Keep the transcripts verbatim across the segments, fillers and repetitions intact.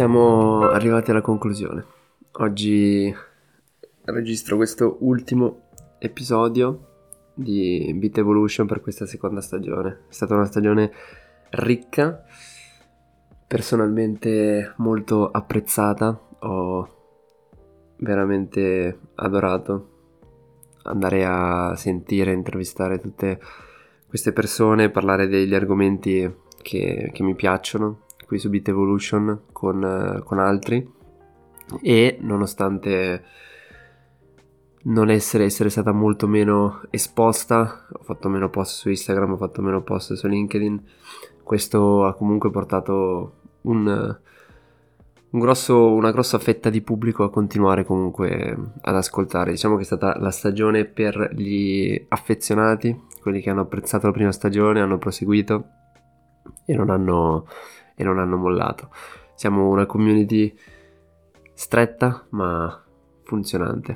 Siamo arrivati alla conclusione. Oggi registro questo ultimo episodio di Beat Evolution per questa seconda stagione. È stata una stagione ricca, personalmente molto apprezzata. Ho veramente adorato andare a sentire, intervistare tutte queste persone, parlare degli argomenti che, che mi piacciono qui su Beat Evolution con, con altri, e nonostante non essere, essere stata molto meno esposta, ho fatto meno post su Instagram, ho fatto meno post su LinkedIn, questo ha comunque portato un, un grosso, una grossa fetta di pubblico a continuare comunque ad ascoltare. Diciamo che è stata la stagione per gli affezionati, quelli che hanno apprezzato la prima stagione, hanno proseguito e non hanno, e non hanno mollato. Siamo una community stretta ma funzionante.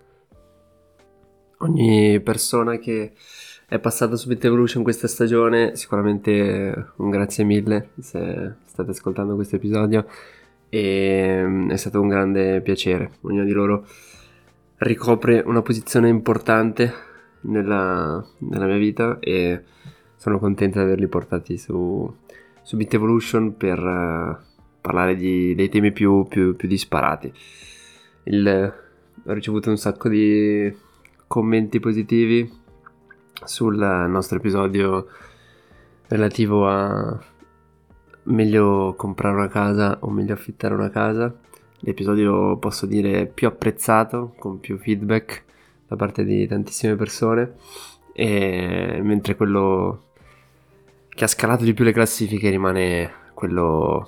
Ogni persona che è passata su Beat Evolution questa stagione, sicuramente un grazie mille se state ascoltando questo episodio, e è stato un grande piacere. Ognuno di loro ricopre una posizione importante nella, nella mia vita e sono contento di averli portati su, su Beat Evolution per uh, parlare di, dei temi più, più, più disparati. Il, ho ricevuto un sacco di commenti positivi sul nostro episodio relativo a meglio comprare una casa o meglio affittare una casa. L'episodio, posso dire, più apprezzato, con più feedback da parte di tantissime persone, e mentre quello che ha scalato di più le classifiche rimane quello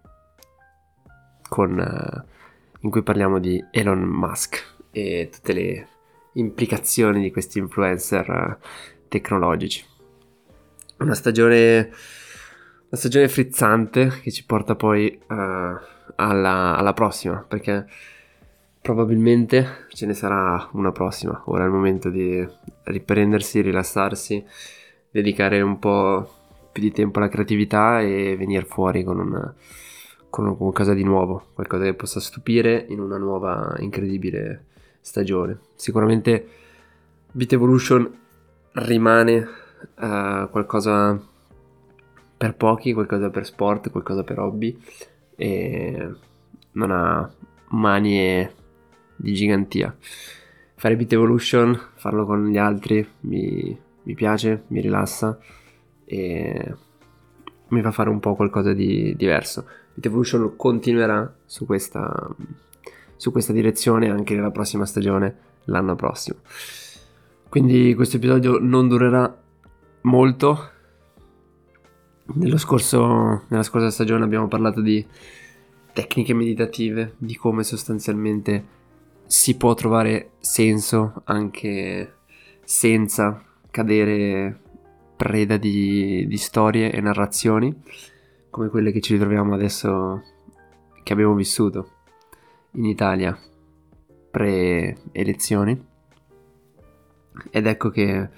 con uh, in cui parliamo di Elon Musk e tutte le implicazioni di questi influencer uh, tecnologici. Una stagione una stagione frizzante che ci porta poi uh, alla, alla prossima, perché probabilmente ce ne sarà una prossima. Ora è il momento di riprendersi, rilassarsi, dedicare un po' più di tempo alla creatività e venire fuori con una con qualcosa di nuovo, qualcosa che possa stupire in una nuova incredibile stagione. Sicuramente Beat Evolution rimane uh, qualcosa per pochi, qualcosa per sport, qualcosa per hobby, e non ha manie di gigantia. Fare Beat Evolution, farlo con gli altri mi, mi piace, mi rilassa e mi fa fare un po' qualcosa di diverso. Beat Evolution continuerà su questa, su questa direzione anche nella prossima stagione, l'anno prossimo. Quindi questo episodio non durerà molto. Nello scorso, nella scorsa stagione abbiamo parlato di tecniche meditative, di come sostanzialmente si può trovare senso anche senza cadere preda di, di storie e narrazioni come quelle che ci ritroviamo adesso, che abbiamo vissuto in Italia pre-elezioni. Ed ecco che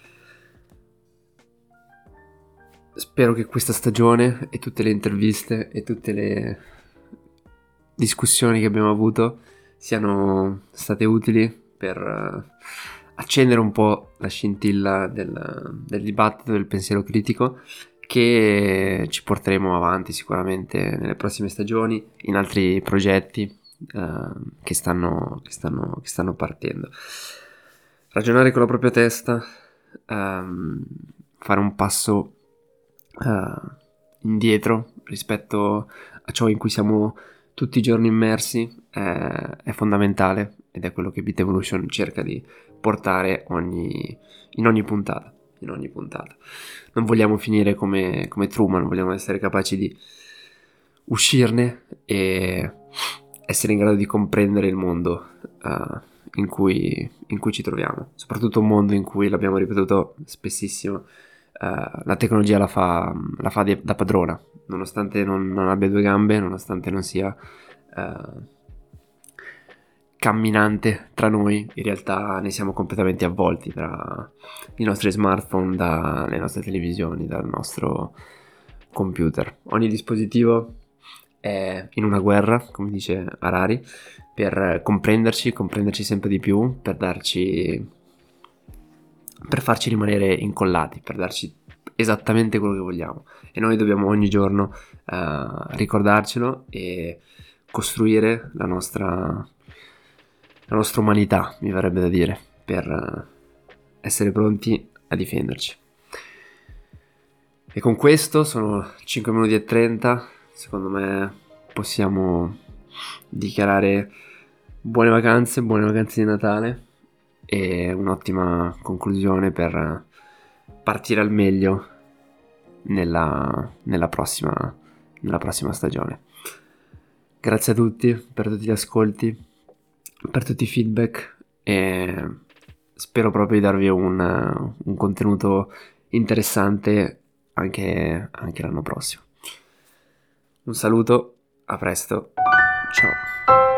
spero che questa stagione e tutte le interviste e tutte le discussioni che abbiamo avuto siano state utili per uh, accendere un po' la scintilla del, del dibattito, del pensiero critico, che ci porteremo avanti sicuramente nelle prossime stagioni, in altri progetti uh, che, stanno, che, stanno, che stanno partendo. Ragionare con la propria testa, um, fare un passo uh, indietro rispetto a ciò in cui siamo tutti i giorni immersi è, è fondamentale, ed è quello che Beat Evolution cerca di portare ogni, in ogni puntata. In ogni puntata. Non vogliamo finire come, come Truman, vogliamo essere capaci di uscirne e essere in grado di comprendere il mondo uh, in cui, in cui ci troviamo, soprattutto un mondo in cui, l'abbiamo ripetuto spessissimo, uh, la tecnologia la fa, la fa di, da padrona, nonostante non, non abbia due gambe, nonostante non sia uh, camminante tra noi, in realtà ne siamo completamente avvolti tra i nostri smartphone, dalle nostre televisioni, dal nostro computer. Ogni dispositivo è in una guerra, come dice Harari, per comprenderci, comprenderci sempre di più, per darci, per farci rimanere incollati, per darci esattamente quello che vogliamo. E noi dobbiamo ogni giorno uh, ricordarcelo e costruire la nostra, la nostra umanità, mi verrebbe da dire, per uh, essere pronti a difenderci. E con questo sono cinque minuti e trenta, secondo me possiamo dichiarare buone vacanze, buone vacanze di Natale e un'ottima conclusione per partire al meglio nella, nella, prossima, nella prossima stagione. Grazie a tutti per tutti gli ascolti, per tutti i feedback e spero proprio di darvi un, un contenuto interessante anche, anche l'anno prossimo. Un saluto, a presto, ciao.